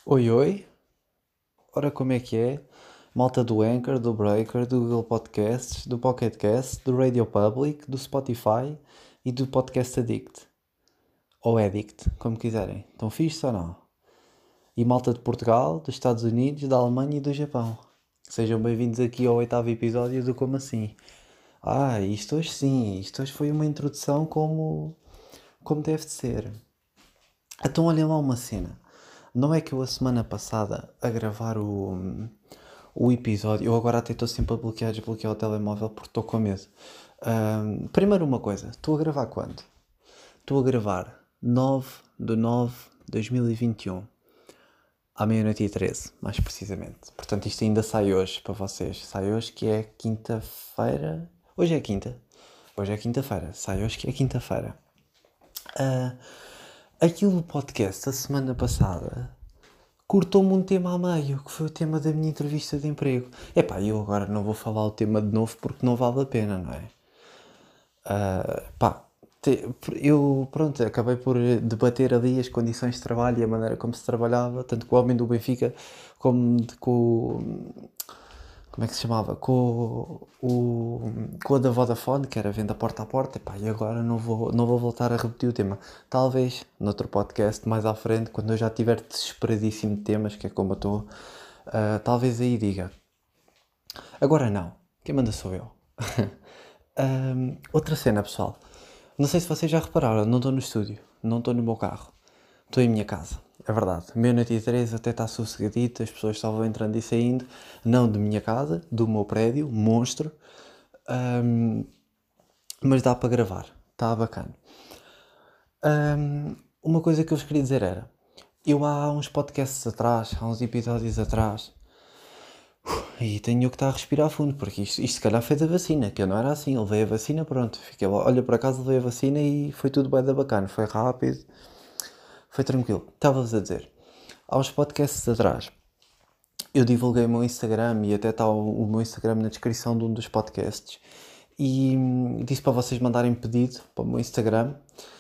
Oi, oi, ora como é que é? Malta do Anchor, do Breaker, do Google Podcasts, do Pocket Cast, do Radio Public, do Spotify e do Podcast Addict. Ou Addict, como quiserem. Estão fixe ou não? E malta de Portugal, dos Estados Unidos, da Alemanha e do Japão. Sejam bem-vindos aqui ao oitavo episódio do Como Assim. Isto hoje sim, isto hoje foi uma introdução como deve de ser. Então olhem lá uma cena. Não é que eu a semana passada a gravar o episódio, eu agora até estou sempre a desbloquear o telemóvel porque estou com medo. Primeiro uma coisa, estou a gravar quando? Estou a gravar 9/9/2021, à meia-noite e 13, mais precisamente. Portanto, isto ainda sai hoje para vocês. Sai hoje que é quinta-feira. Hoje é quinta. Hoje é quinta-feira. Sai hoje que é quinta-feira. Ah, Aquilo do podcast da semana passada cortou-me um tema a meio, que foi o tema da minha entrevista de emprego. Epá, eu agora não vou falar o tema de novo porque não vale a pena, não é? Pá, eu, pronto, acabei por debater ali as condições de trabalho e a maneira como se trabalhava, tanto com o homem do Benfica como como é que se chamava? Com a da Vodafone, que era venda porta a porta. Epá, e agora não vou voltar a repetir o tema. Talvez noutro podcast mais à frente, quando eu já estiver desesperadíssimo de temas, que é como eu estou, talvez aí diga. Agora não. Quem manda sou eu. Outra cena, pessoal. Não sei se vocês já repararam, não estou no estúdio, não estou no meu carro, estou em minha casa. É verdade, meia-noite e 13 até está sossegadito, as pessoas estavam entrando e saindo, não de minha casa, do meu prédio, monstro, Ahm, mas dá para gravar, está bacana. Uma coisa que eu vos queria dizer era, eu há uns podcasts atrás, há uns episódios atrás, e tenho que estar a respirar fundo, porque isto se calhar foi da vacina, que eu não era assim, eu levei a vacina, pronto, fiquei lá, olha, por acaso levei a vacina e foi tudo bem da bacana, foi rápido, foi tranquilo. Estava-vos a dizer, há uns podcasts atrás, eu divulguei o meu Instagram e até está o meu Instagram na descrição de um dos podcasts e disse para vocês mandarem pedido para o meu Instagram.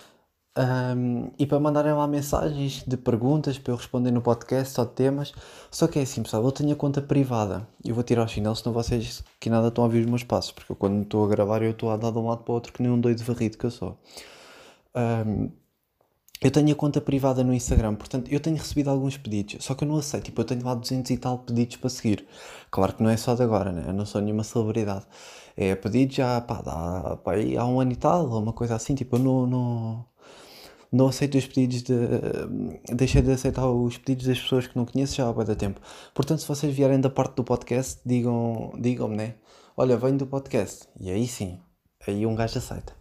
E para mandarem lá mensagens de perguntas para eu responder no podcast ou de temas. Só que é assim, pessoal, eu tenho a conta privada. Eu vou tirar os chinelos, senão vocês que nada estão a ouvir os meus passos. Porque eu, quando estou a gravar, eu estou a andar de um lado para o outro que nem um doido varrido que eu sou. Eu tenho a conta privada no Instagram, portanto eu tenho recebido alguns pedidos, só que eu não aceito. Tipo, eu tenho lá 200 e tal pedidos para seguir. Claro que não é só de agora, né? Eu não sou nenhuma celebridade. É pedido já, pá, pá, aí há um ano e tal, ou uma coisa assim. Tipo, eu não aceito os pedidos de. Deixei de aceitar os pedidos das pessoas que não conheço já há bué de tempo. Portanto, se vocês vierem da parte do podcast, digam-me, né? Olha, venho do podcast. E aí sim, aí um gajo aceita.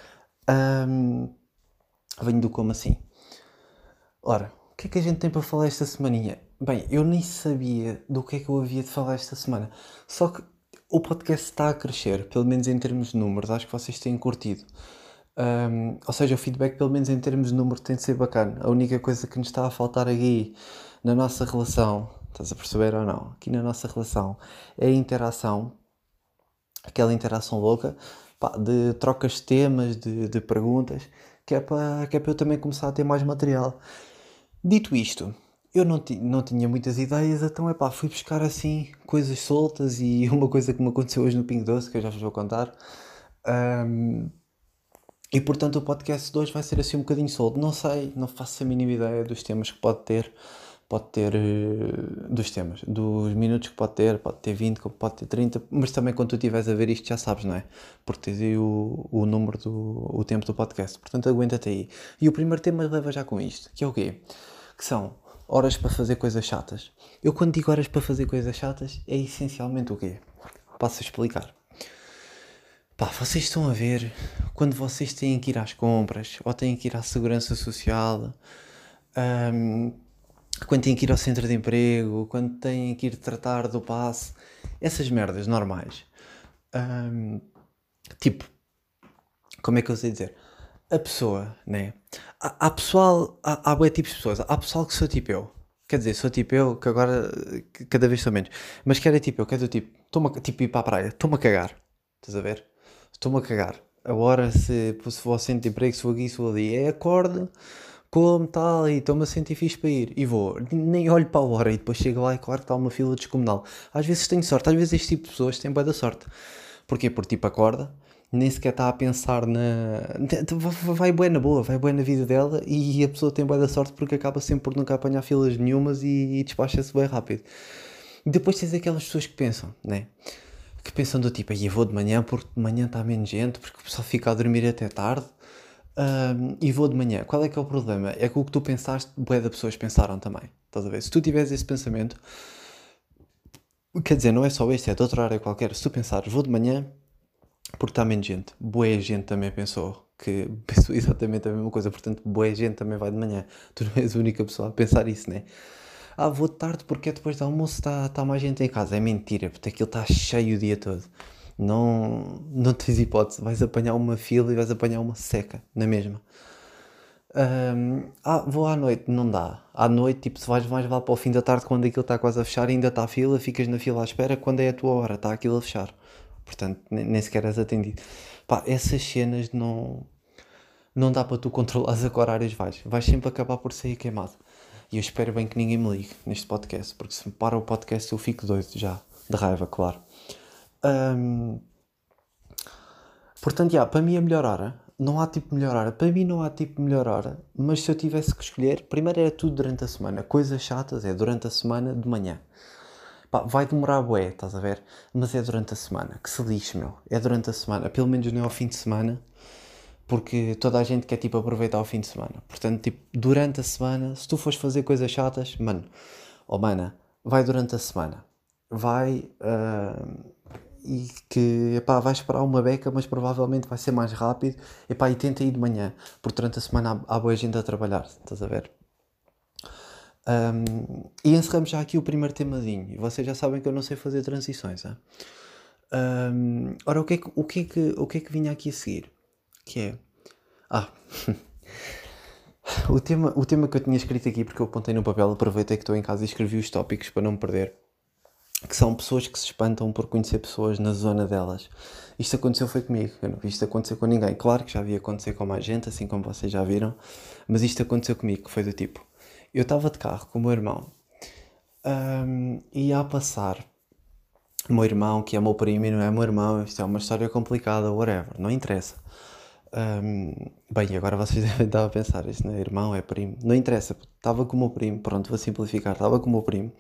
Ahm, Venho do como assim? Ora, o que é que a gente tem para falar esta semaninha? Bem, eu nem sabia do que é que eu havia de falar esta semana. Só que o podcast está a crescer, pelo menos em termos de números. Acho que vocês têm curtido. Ou seja, o feedback, pelo menos em termos de número, tem de ser bacana. A única coisa que nos está a faltar aqui na nossa relação, estás a perceber ou não? Aqui na nossa relação, é a interação, aquela interação louca, pá, de trocas de temas, de perguntas, que é para eu também começar a ter mais material. Dito isto, eu não tinha muitas ideias, então é pá, fui buscar assim coisas soltas e uma coisa que me aconteceu hoje no Pingo Doce, que eu já vos vou contar. Ahm, e portanto o podcast de hoje vai ser assim um bocadinho solto. Não sei, não faço a mínima ideia dos temas que pode ter dos temas, dos minutos que pode ter 20, como pode ter 30, mas também quando tu estiveres a ver isto já sabes, não é? Porque tens aí o número o tempo do podcast, portanto aguenta-te aí. E o primeiro tema leva já com isto, que é o quê? Que são horas para fazer coisas chatas. Eu quando digo horas para fazer coisas chatas, é essencialmente o quê? Passo a explicar. Pá, vocês estão a ver quando vocês têm que ir às compras ou têm que ir à segurança social, ahm, quando têm que ir ao centro de emprego, quando têm que ir tratar do passe, essas merdas normais. Ahm, tipo, como é que eu sei dizer? A pessoa, né? Há pessoal, há bué tipos de pessoas. Há pessoal que sou tipo eu. Quer dizer, sou tipo eu, que agora cada vez sou menos. Mas que era tipo eu, que é do tipo, tipo ir para a praia, estou-me a cagar. Estás a ver? Estou-me a cagar. A hora se vou ao centro de emprego, se vou aqui, se vou ali. É acordo, como tal, e estou-me a sentir fixe para ir, e vou, nem olho para a hora, e depois chego lá e claro que está uma fila descomunal. Às vezes tenho sorte, às vezes este tipo de pessoas têm bué da sorte. Porquê? Porque tipo acorda, nem sequer está a pensar na... Vai bué na boa, vai bué na vida dela, e a pessoa tem bué da sorte porque acaba sempre por nunca apanhar filas nenhumas e despacha-se bem rápido. E depois tens aquelas pessoas que pensam, né? Que pensam do tipo, aí eu vou de manhã porque de manhã está menos gente, porque o pessoal fica a dormir até tarde, e vou de manhã. Qual é que é o problema? É que o que tu pensaste, bué de pessoas pensaram também. Estás a ver? Se tu tiveres esse pensamento, quer dizer, não é só este, é de outra área qualquer. Se tu pensares, vou de manhã porque está menos gente. Bué gente também pensou que pensou exatamente a mesma coisa, portanto, bué gente também vai de manhã. Tu não és a única pessoa a pensar isso, né? Ah, vou de tarde porque é depois do almoço está mais gente em casa. É mentira, porque aquilo está cheio o dia todo. Não tens hipótese. Vais apanhar uma fila e vais apanhar uma seca, na mesma. Vou à noite, não dá. À noite, tipo, se vais mais lá para o fim da tarde, quando aquilo está quase a fechar, ainda está a fila, ficas na fila à espera, quando é a tua hora, está aquilo a fechar. Portanto, nem sequer és atendido. Pá, essas cenas não dá para tu controlares a que horários vais. Vais sempre acabar por sair queimado. E eu espero bem que ninguém me ligue neste podcast, porque se me para o podcast eu fico doido já, de raiva, claro. Ahm, Portanto, para mim a melhor hora, não há tipo melhor hora, para mim não há tipo melhor hora, mas se eu tivesse que escolher, primeiro era tudo durante a semana, coisas chatas é durante a semana de manhã. Pá, vai demorar bué, estás a ver? Mas é durante a semana, que se lixe, meu, é durante a semana, pelo menos não é ao fim de semana, porque toda a gente quer tipo aproveitar o fim de semana. Portanto, tipo, durante a semana, se tu fores fazer coisas chatas, mano, mana, vai durante a semana. Vai, e que, epá, vai esperar uma beca, mas provavelmente vai ser mais rápido. Epá, e tenta ir de manhã, porque durante a semana há boa gente a trabalhar, estás a ver? E encerramos já aqui o primeiro temadinho. E vocês já sabem que eu não sei fazer transições, hein? Ora, o que é que vinha aqui a seguir? Que é... Ah, o tema que eu tinha escrito aqui, porque eu apontei no papel, aproveitei que estou em casa e escrevi os tópicos para não me perder. Que são pessoas que se espantam por conhecer pessoas na zona delas. Isto aconteceu foi comigo, eu não vi isto acontecer com ninguém. Claro que já vi acontecer com mais gente, assim como vocês já viram, mas isto aconteceu comigo, que foi do tipo... Eu estava de carro com o meu irmão, e ia a passar o meu irmão, que é meu primo e não é meu irmão, isto é uma história complicada, whatever, não interessa. Bem, agora vocês devem estar a pensar, isto não é irmão, é primo, não interessa, estava com o meu primo, pronto, vou simplificar, estava com o meu primo,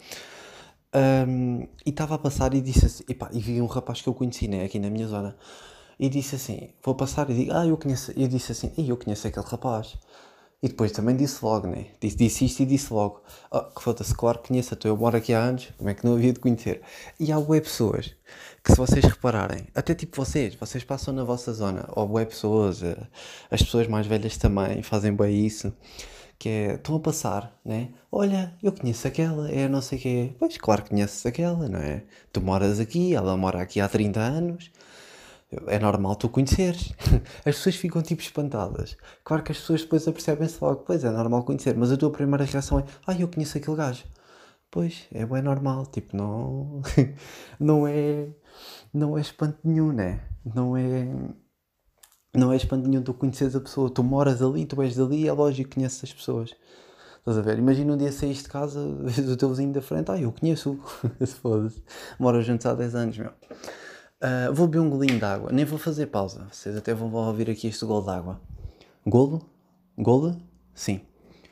e estava a passar e disse assim, e vi um rapaz que eu conheci, né, aqui na minha zona, e disse assim, vou passar e digo, eu conheço, eu disse assim, eu conheço aquele rapaz. E depois também disse logo, né? Disse isto e disse logo. Que foda-se, claro que conheço, eu moro aqui há anos, como é que não havia de conhecer? E há web pessoas que, se vocês repararem, até tipo vocês passam na vossa zona, ou web pessoas, as pessoas mais velhas também fazem bem isso, que é, estão a passar, né? Olha, eu conheço aquela, é não sei o quê. Pois, claro que conheces aquela, não é? Tu moras aqui, ela mora aqui há 30 anos, é normal tu conheceres. As pessoas ficam tipo espantadas. Claro que as pessoas depois apercebem-se logo, pois é normal conhecer, mas a tua primeira reação é, eu conheço aquele gajo. Pois, é bem normal, tipo, não, não é, não é espanto nenhum, né? Não é espanto nenhum tu conheces a pessoa, tu moras ali, tu és dali, é lógico que conheces as pessoas. Estás a ver? Imagina um dia saíste de casa, vês o teu vizinho da frente, eu conheço, foda-se, moro juntos há 10 anos, meu. Vou beber um golinho de água, nem vou fazer pausa, vocês até vão ouvir aqui este golo de água. Golo? Golo? Sim.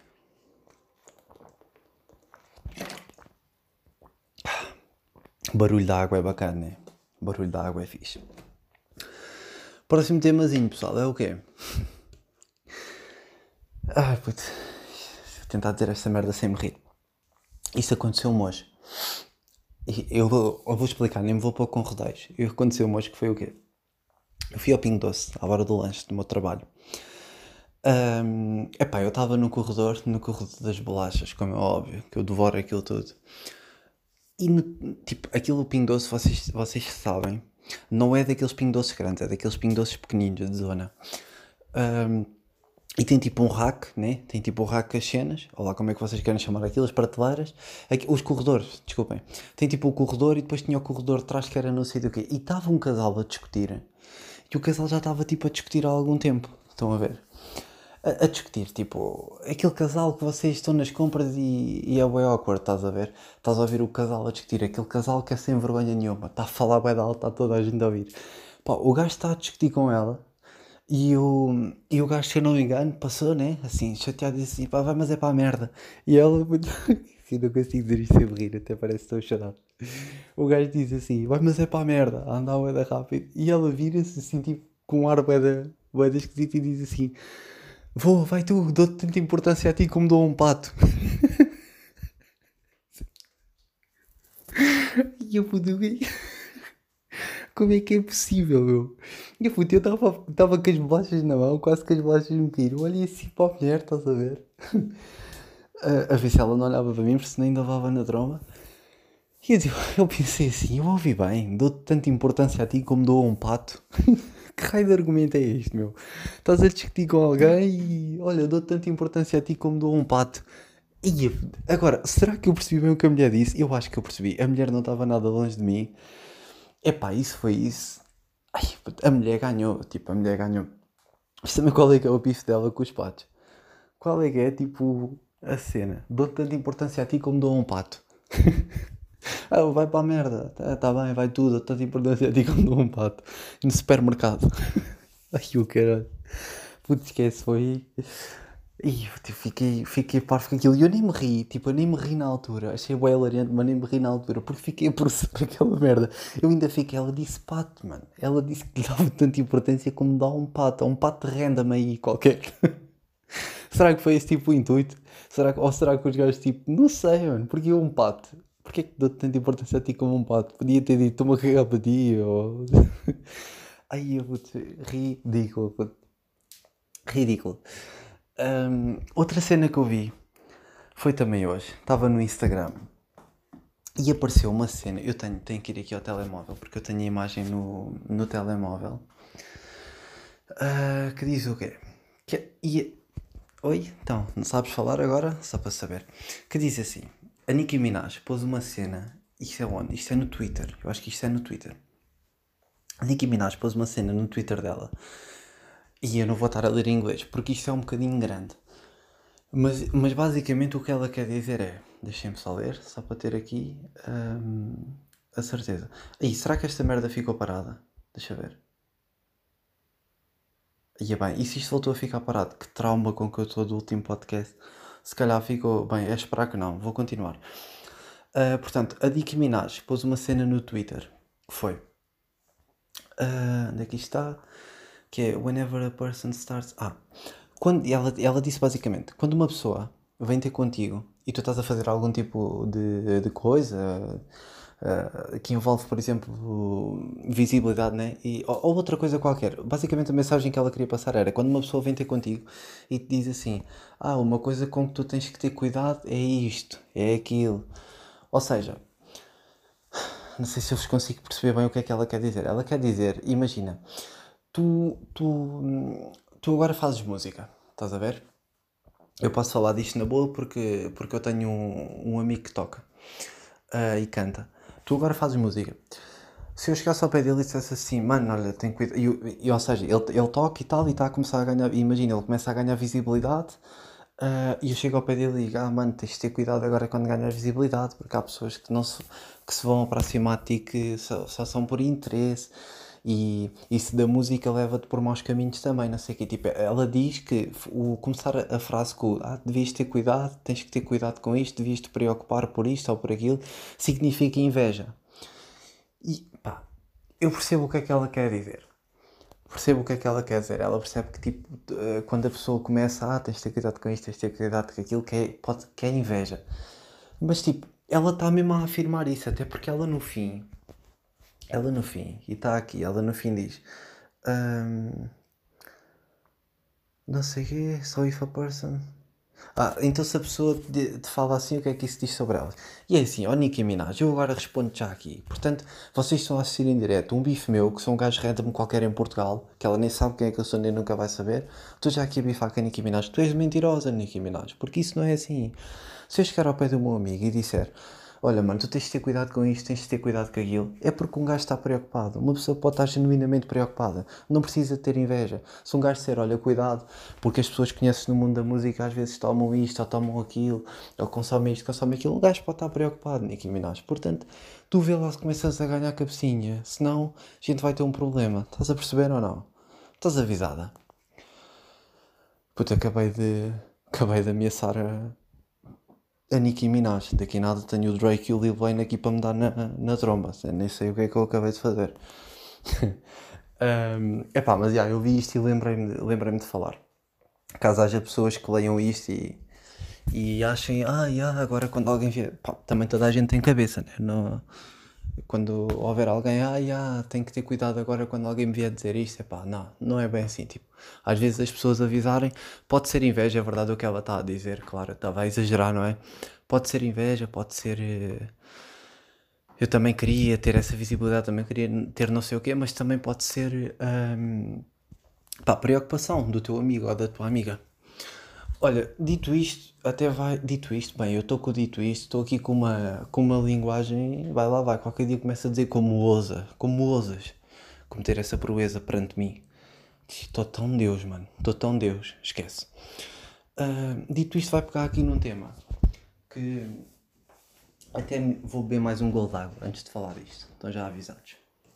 Barulho da água é bacana, né? Barulho da água é fixe. Próximo temazinho, pessoal, é o quê? Puto. Vou tentar dizer esta merda sem me rir. Isto aconteceu-me hoje. Eu vou explicar, nem me vou pôr com rodeios. Aconteceu-me hoje que foi o quê? Eu fui ao Pingo Doce, à hora do lanche do meu trabalho. Eu estava no corredor das bolachas, como é óbvio, que eu devoro aquilo tudo. E, tipo, aquilo Pingo Doce, vocês sabem, não é daqueles Pingo Doces grandes, é daqueles Pingo Doces pequeninos de zona. E tem tipo um rack, né? Tem tipo um rack as cenas, ou lá como é que vocês querem chamar aquilo, as prateleiras. Os corredores, desculpem. Tem tipo o corredor e depois tinha o corredor de trás que era não sei do quê. E estava um casal a discutir. E o casal já estava tipo a discutir há algum tempo. Estão a ver? a discutir, tipo, aquele casal que vocês estão nas compras e é bué awkward, estás a ver? Estás a ouvir o casal a discutir, aquele casal que é sem vergonha nenhuma, está a falar bué de alto, está toda a gente a ouvir. Pá, o gajo está a discutir com ela e o gajo, se eu não me engano, passou, né? Assim, chateado, disse assim, pá, vai, mas é para a merda. E ela, muito... eu não consigo dizer isto sem rir, até parece que estou a chorar. O gajo diz assim, vai, mas é para a merda, a andar bué da rápido. E ela vira-se assim, tipo, com um ar bué da esquisito e diz assim, vou, vai tu, dou-te tanta importância a ti como dou a um pato. E eu puto, como é que é possível, meu? E eu puto, eu estava com as bolachas na mão, quase que as bolachas me caíram. Olhei assim para a mulher, estás a ver? A ver se ela não olhava para mim, porque senão ainda levava na troma. E eu pensei assim, eu ouvi bem, dou-te tanta importância a ti como dou a um pato. Que raio de argumento é este, meu? Estás a discutir com alguém e, olha, dou-te tanta importância a ti como dou a um pato. E agora, será que eu percebi bem o que a mulher disse? Eu acho que eu percebi. A mulher não estava nada longe de mim. Epá, isso foi isso. Ai, puto, a mulher ganhou. Tipo, a mulher ganhou. Mas também qual é que é o bife dela com os patos? Qual é que é, tipo, a cena? Dou tanta importância a ti como dou a um pato. Ah, vai para a merda. Tá bem, vai tudo. Dou tanta importância a ti como dou a um pato. No supermercado. Ai, o caralho. Putz, esquece, foi... Ih, tipo, fiquei parvo com aquilo. E eu nem me ri, tipo, eu nem me ri na altura. Achei bué hilariante, mas nem me ri na altura, porque fiquei a processar aquela merda. Eu ainda fiquei, ela disse pato, mano. Ela disse que lhe dava tanta importância como dá um pato random aí qualquer. Será que foi esse tipo o intuito? Ou será que os gajos, tipo, não sei, mano, porque eu um pato? Porquê que dou tanta importância a ti como um pato? Podia ter dito, estou-me a cagar para ti, ou... Ai, eu vou-te... Ridículo, puto. Ridículo. Outra cena que eu vi foi também hoje. Estava no Instagram e apareceu uma cena. Eu tenho que ir aqui ao telemóvel porque eu tenho a imagem no telemóvel. Que diz o quê? Oi? Então, não sabes falar agora? Só para saber. Que diz assim: a Nicki Minaj pôs uma cena. Isto é onde? Isto é no Twitter. Eu acho que isto é no Twitter. A Nicki Minaj pôs uma cena no Twitter dela. E eu não vou estar a ler em inglês porque isto é um bocadinho grande. Mas basicamente o que ela quer dizer é. Deixem-me só ler, só para ter aqui a certeza. Aí, será que esta merda ficou parada? Deixa eu ver. E é bem, e se isto voltou a ficar parado? Que trauma com que eu estou do último podcast. Se calhar ficou. Bem, é esperar que não, vou continuar. Portanto, a Nicki Minaj pôs uma cena no Twitter. Que foi. Onde é que isto está? Que é Whenever a person starts. Quando, ela disse basicamente: quando uma pessoa vem ter contigo e tu estás a fazer algum tipo de coisa que envolve, por exemplo, visibilidade, né? Ou outra coisa qualquer. Basicamente a mensagem que ela queria passar era: quando uma pessoa vem ter contigo e te diz assim, uma coisa com que tu tens que ter cuidado é isto, é aquilo. Ou seja, não sei se eu vos consigo perceber bem o que é que ela quer dizer. Ela quer dizer, imagina, tu agora fazes música, estás a ver? Eu posso falar disto na boa porque eu tenho um amigo que toca e canta. Tu agora fazes música. Se eu chegasse ao pé dele e dissesse assim, mano, olha, tem cuidado. Ou seja, ele toca e tal e está a começar a ganhar. Imagina, ele começa a ganhar visibilidade e eu chego ao pé dele e digo, mano, tens de ter cuidado agora quando ganhas visibilidade, porque há pessoas que se vão aproximar de ti que só são por interesse. E isso da música leva-te por maus caminhos também, não sei o quê. Tipo, ela diz que começar a frase com devias ter cuidado, tens que ter cuidado com isto, devias te preocupar por isto ou por aquilo, significa inveja. E pá, eu percebo o que é que ela quer dizer. Percebo o que é que ela quer dizer. Ela percebe que tipo, quando a pessoa começa, tens de ter cuidado com isto, tens de ter cuidado com aquilo, que é inveja. Mas tipo, ela está mesmo a afirmar isso, até porque ela no fim, e está aqui, ela no fim diz não sei o quê, so if a person... então se a pessoa te fala assim, o que é que isso diz sobre elas? E é assim, Nicki Minaj, eu agora respondo já aqui. Portanto, vocês estão a assistir em direto um bife meu, que sou um gajo random qualquer em Portugal, que ela nem sabe quem é que eu sou nem nunca vai saber. Estou já aqui a bifar com a Nicki Minaj. Tu és mentirosa, Nicki Minaj, porque isso não é assim. Se eu chegar ao pé do meu amigo e disser, olha mano, tu tens de ter cuidado com isto, tens de ter cuidado com aquilo. É porque um gajo está preocupado. Uma pessoa pode estar genuinamente preocupada. Não precisa ter inveja. Se um gajo disser, olha, cuidado, porque as pessoas que conheces no mundo da música às vezes tomam isto, ou tomam aquilo, ou consomem isto, consomem aquilo, um gajo pode estar preocupado, Nicki Minaj. Portanto, tu vê lá se começas a ganhar cabecinha. Senão, a gente vai ter um problema. Estás a perceber ou não? Estás avisada? Puta, acabei de ameaçar a Nicki Minaj. Daqui a nada tenho o Drake e o Lil Wayne aqui para me dar na tromba. Nem sei o que é que eu acabei de fazer. Epá, mas já, eu vi isto e lembrei-me de falar. Caso haja pessoas que leiam isto e achem, agora quando alguém vier. Pá, também toda a gente tem cabeça, né? Não, quando houver alguém, tem que ter cuidado agora quando alguém me vier dizer isto, epá, não é bem assim, tipo, às vezes as pessoas avisarem, pode ser inveja, é verdade o que ela está a dizer, claro, estava a exagerar, não é? Pode ser inveja, pode ser, eu também queria ter essa visibilidade, também queria ter não sei o quê, mas também pode ser, pá, preocupação do teu amigo ou da tua amiga. Olha, dito isto, dito isto, bem, eu estou com o dito isto, estou aqui com uma linguagem, vai lá, vai, qualquer dia começa a dizer como ousas cometer essa proeza perante mim. Estou tão Deus, mano, estou tão Deus, esquece. Dito isto, vai pegar aqui num tema que até vou beber mais um golo d'água antes de falar disto, estão já avisados.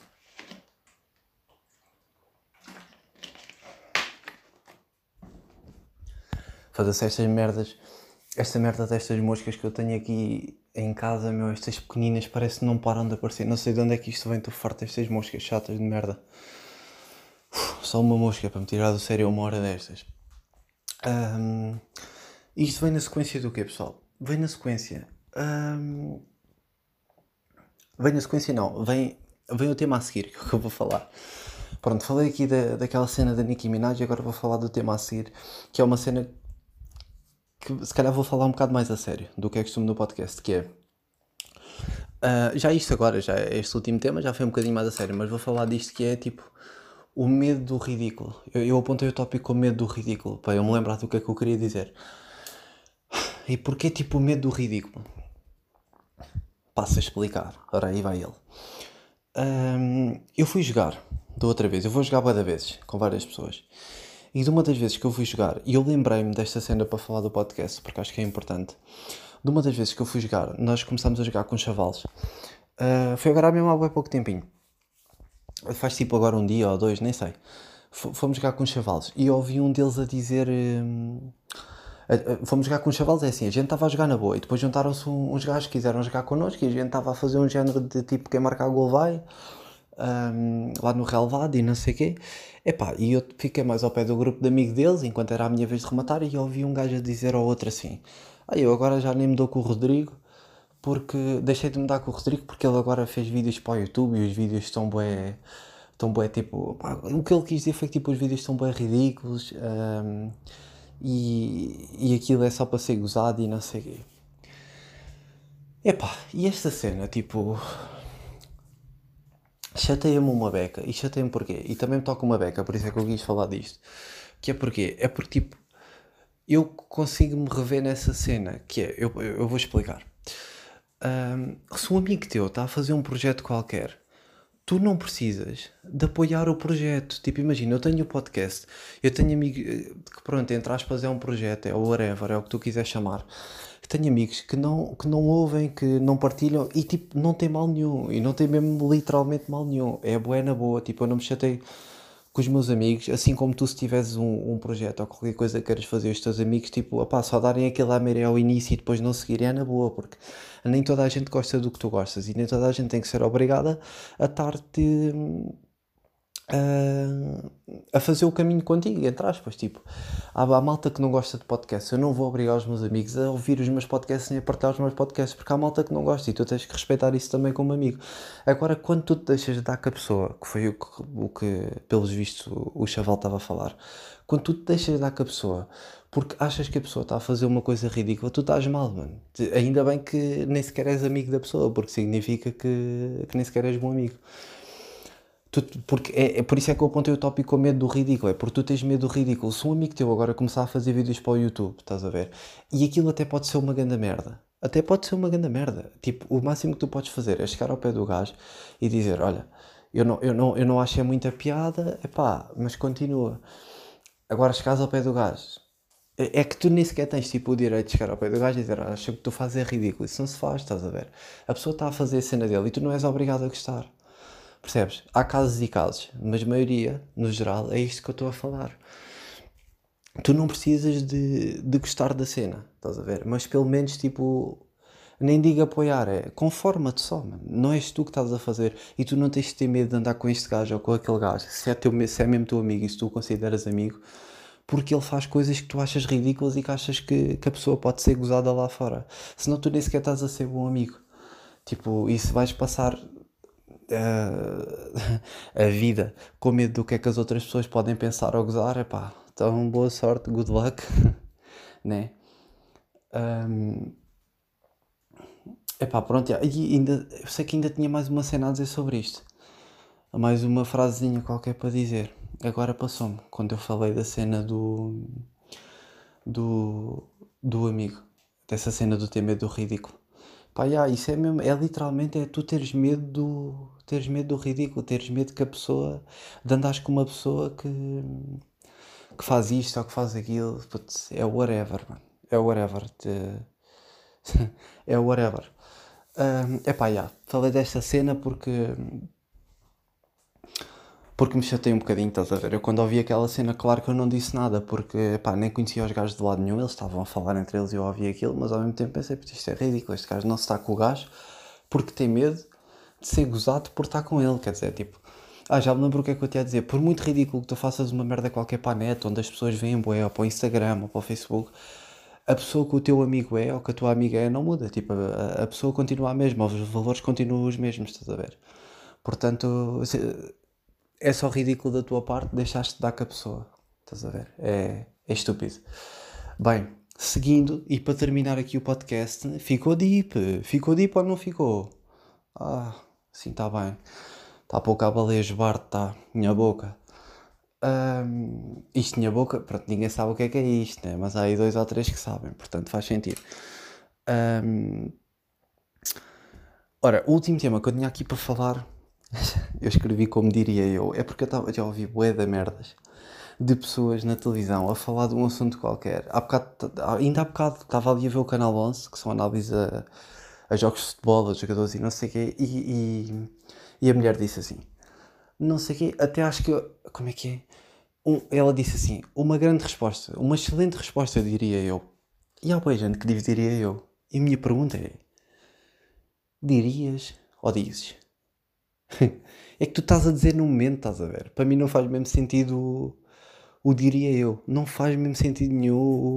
Fazer-se estas merdas, esta merda destas moscas que eu tenho aqui em casa, meu, estas pequeninas parece que não param de aparecer. Não sei de onde é que isto vem, estou farto destas moscas chatas de merda. Só uma mosca para me tirar do sério uma hora destas. Isto vem na sequência do quê, pessoal? Vem na sequência. Vem na sequência não, vem o tema a seguir que eu vou falar. Pronto, falei aqui daquela cena da Nicki Minaj e agora vou falar do tema a seguir, que é uma cena que se calhar vou falar um bocado mais a sério do que é costume no podcast, que é... já isto agora, já este último tema já foi um bocadinho mais a sério, mas vou falar disto que é tipo o medo do ridículo. Eu apontei o tópico como medo do ridículo, para eu me lembrar do que é que eu queria dizer. E porquê tipo o medo do ridículo? Passo a explicar, ora aí vai ele. Eu fui jogar da outra vez, eu vou jogar bué de vezes com várias pessoas. E de uma das vezes que eu fui jogar, e eu lembrei-me desta cena para falar do podcast, porque acho que é importante. De uma das vezes que eu fui jogar, nós começámos a jogar com os chavalos. Foi agora mesmo há bem pouco tempinho. Faz tipo agora um dia ou dois, nem sei. Fomos jogar com os chavalos e eu ouvi um deles a dizer... fomos jogar com os chavalos, é assim, a gente estava a jogar na boa e depois juntaram-se uns gajos que quiseram jogar connosco e a gente estava a fazer um género de tipo quem marcar gol vai, lá no relvado e não sei o quê. Epá, e eu fiquei mais ao pé do grupo de amigos deles enquanto era a minha vez de rematar e ouvi um gajo a dizer ao outro assim: eu agora já nem me dou com o Rodrigo porque deixei de me dar com o Rodrigo porque ele agora fez vídeos para o YouTube e os vídeos estão bué tipo, pá, o que ele quis dizer foi que tipo, os vídeos estão bué ridículos, e aquilo é só para ser gozado e não sei o quê. Epá, e esta cena, tipo, chateia-me uma beca. E chateia-me porquê? E também me toca uma beca, por isso é que eu quis falar disto. Que é porquê? É porque, tipo, eu consigo me rever nessa cena, que é, eu vou explicar. Se um amigo teu está a fazer um projeto qualquer, tu não precisas de apoiar o projeto. Tipo, imagina, eu tenho o podcast, eu tenho amigos que, pronto, entre aspas, é um projeto, é o whatever, é o que tu quiseres chamar. Tenho amigos que não ouvem, que não partilham e, tipo, não tem mal nenhum. E não tem mesmo literalmente mal nenhum. É bué na boa, tipo, eu não me chatei com os meus amigos, assim como tu se tiveres um projeto ou qualquer coisa que queiras fazer os teus amigos, tipo, opá, só darem aquele ameré ao início e depois não seguirem é na boa, porque nem toda a gente gosta do que tu gostas e nem toda a gente tem que ser obrigada a estar-te a fazer o caminho contigo, entre aspas, tipo, há malta que não gosta de podcasts, eu não vou obrigar os meus amigos a ouvir os meus podcasts nem a partilhar os meus podcasts, porque há malta que não gosta e tu tens que respeitar isso também como amigo. Agora, quando tu te deixas de dar com a pessoa, que foi o que pelos vistos, o chaval estava a falar, quando tu te deixas de dar com a pessoa, porque achas que a pessoa está a fazer uma coisa ridícula, tu estás mal, mano. Ainda bem que nem sequer és amigo da pessoa, porque significa que nem sequer és bom amigo. Porque é por isso é que eu apontei o tópico com medo do ridículo, é porque tu tens medo do ridículo. Se um amigo teu agora começar a fazer vídeos para o YouTube, estás a ver, e aquilo até pode ser uma grande merda, Até pode ser uma grande merda. Tipo, o máximo que tu podes fazer é chegar ao pé do gajo e dizer, olha, eu não achei muita piada, epá, mas continua. Agora chegares ao pé do gajo. É que tu nem sequer tens tipo o direito de chegar ao pé do gajo e dizer, acho que tu fazes é ridículo. Isso não se faz, estás a ver? A pessoa está a fazer a cena dele e tu não és obrigado a gostar. Percebes? Há casos e casos, mas a maioria, no geral, é isto que eu estou a falar. Tu não precisas de gostar da cena, estás a ver? Mas pelo menos, tipo, nem digo apoiar, é conforma-te só, mano. Não és tu que estás a fazer e tu não tens de ter medo de andar com este gajo ou com aquele gajo. Se é mesmo teu amigo e se tu o consideras amigo, porque ele faz coisas que tu achas ridículas e que achas que a pessoa pode ser gozada lá fora. Senão tu nem sequer estás a ser bom amigo. Tipo, e se vais passar a vida com medo do que é que as outras pessoas podem pensar ou gozar, epá, então boa sorte, good luck, né? Um, epá, pronto, e ainda, eu sei que ainda tinha mais uma cena a dizer sobre isto, mais uma frasezinha qualquer para dizer, agora passou-me, quando eu falei da cena do, do amigo, dessa cena do ter medo do ridículo. Pá, isso é mesmo, é literalmente é tu teres medo do ridículo, teres medo que a pessoa, de andares com uma pessoa que faz isto ou que faz aquilo, putz, é whatever, mano, é whatever, é whatever. Epá, falei desta cena porque me chatei um bocadinho, estás a ver? Eu quando ouvi aquela cena, claro que eu não disse nada, porque pá, nem conhecia os gajos de lado nenhum, eles estavam a falar entre eles e eu ouvi aquilo, mas ao mesmo tempo pensei, putz, isto é ridículo, este gajo não se está com o gajo porque tem medo de ser gozado por estar com ele, quer dizer, tipo, já me lembro o que é que eu te ia dizer, por muito ridículo que tu faças uma merda qualquer para a net, onde as pessoas veem bué, ou para o Instagram, ou para o Facebook, a pessoa que o teu amigo é, ou que a tua amiga é, não muda, tipo, a pessoa continua a mesma, os valores continuam os mesmos, estás a ver? Portanto, é só ridículo da tua parte deixaste de dar com a pessoa. Estás a ver? É estúpido. Bem, seguindo, e para terminar aqui o podcast, ficou deep. Ficou deep ou não ficou? Sim, está bem. Está pouco a balejar, está. Minha boca. Isto, minha boca, pronto, ninguém sabe o que é isto, né? Mas há aí dois ou três que sabem, portanto faz sentido. Ora, o último tema que eu tinha aqui para falar, eu escrevi como diria eu, é porque eu já ouvi bué de merdas de pessoas na televisão a falar de um assunto qualquer. Ainda há bocado estava ali a ver o Canal 11, que são análises a jogos de futebol, a jogadores e não sei o quê, e a mulher disse assim, não sei o quê, até acho que, como é que é? Ela disse assim, uma grande resposta, uma excelente resposta, diria eu. E há boa gente que diz diria eu. E a minha pergunta é, dirias ou dizes? É que tu estás a dizer no momento, estás a ver? Para mim não faz mesmo sentido o diria eu. Não faz mesmo sentido nenhum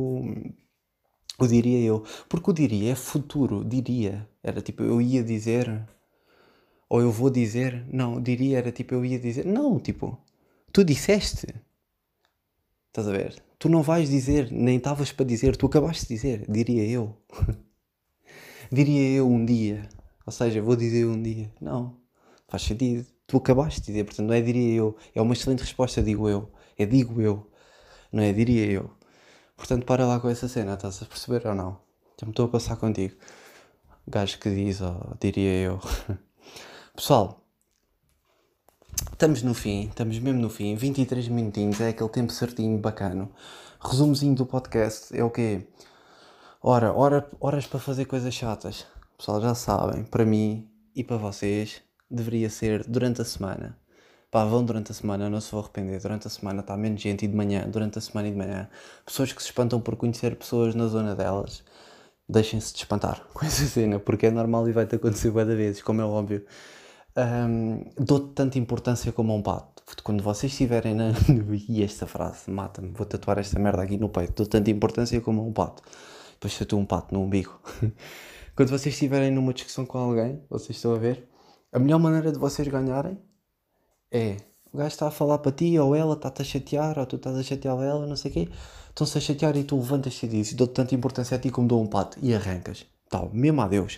o diria eu. Porque o diria é futuro, diria. Era tipo, eu ia dizer, ou eu vou dizer. Não, diria era tipo, eu ia dizer. Não, tipo, tu disseste. Estás a ver? Tu não vais dizer, nem estavas para dizer, tu acabaste de dizer, diria eu. Diria eu um dia. Ou seja, vou dizer um dia. Não, faz sentido. Tu acabaste de dizer, portanto não é diria eu. É uma excelente resposta, digo eu. É digo eu, não é diria eu. Portanto, para lá com essa cena, estás a perceber ou não? Já me estou a passar contigo. Gajo que diz, ou diria eu. Pessoal, estamos no fim, estamos mesmo no fim. 23 minutinhos, é aquele tempo certinho, bacano. Resumozinho do podcast é o quê? Horas para fazer coisas chatas. Pessoal, já sabem, para mim e para vocês, deveria ser durante a semana. Pá, vão durante a semana, não se vão arrepender. Durante a semana está menos gente e de manhã, durante a semana e de manhã. Pessoas que se espantam por conhecer pessoas na zona delas, deixem-se de espantar com essa cena, porque é normal e vai-te acontecer várias vezes, como é óbvio. Dou-te tanta importância como a um pato. Quando vocês estiverem na. E esta frase mata-me, vou tatuar esta merda aqui no peito. Dou tanta importância como a um pato. Depois tatuo um pato no umbigo. Quando vocês estiverem numa discussão com alguém, vocês estão a ver, a melhor maneira de vocês ganharem é o gajo está a falar para ti, ou ela está-te a chatear, ou tu estás a chatear ela, não sei o quê. Estão-se a chatear e tu levantas-te e dizes: dou-te tanta importância a ti como dou um pato. E arrancas. Tal, mesmo a Deus.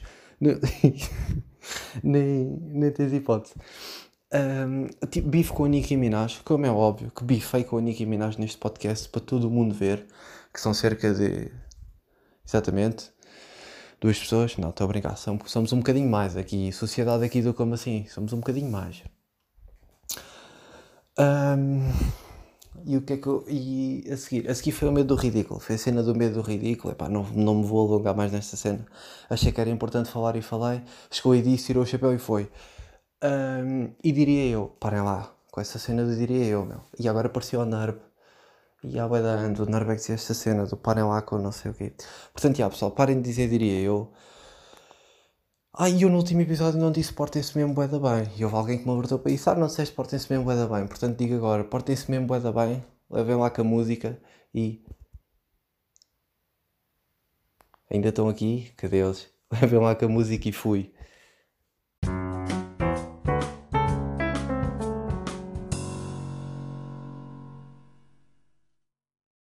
Nem tens hipótese. Tipo, bife com a Nicki Minaj, como é óbvio que bifei com a Nicki Minaj neste podcast para todo o mundo ver, que são cerca de. Exatamente. Duas pessoas? Não, estou a brincar. Somos um bocadinho mais aqui. Sociedade aqui do como assim? Somos um bocadinho mais. Ahm, e o que é que eu. E a seguir? A seguir foi o medo do ridículo. Foi a cena do medo do ridículo. Epá, não me vou alongar mais nesta cena. Achei que era importante falar e falei. Chegou e disse, tirou o chapéu e foi. E diria eu, parem lá, com essa cena do diria eu, meu. E agora apareceu o NERB. E há bué de anos, o NERB é que dizia esta cena do parem lá com não sei o quê. Portanto, já, pessoal, parem de dizer diria eu. E eu no último episódio não disse portem-se mesmo bué da bem. E houve alguém que me alertou para isso. Não disseste portem-se mesmo bué da bem. Portanto, digo agora, portem-se mesmo bué da bem. Levem lá com a música e... Ainda estão aqui? Cadê eles? Levem lá com a música e fui.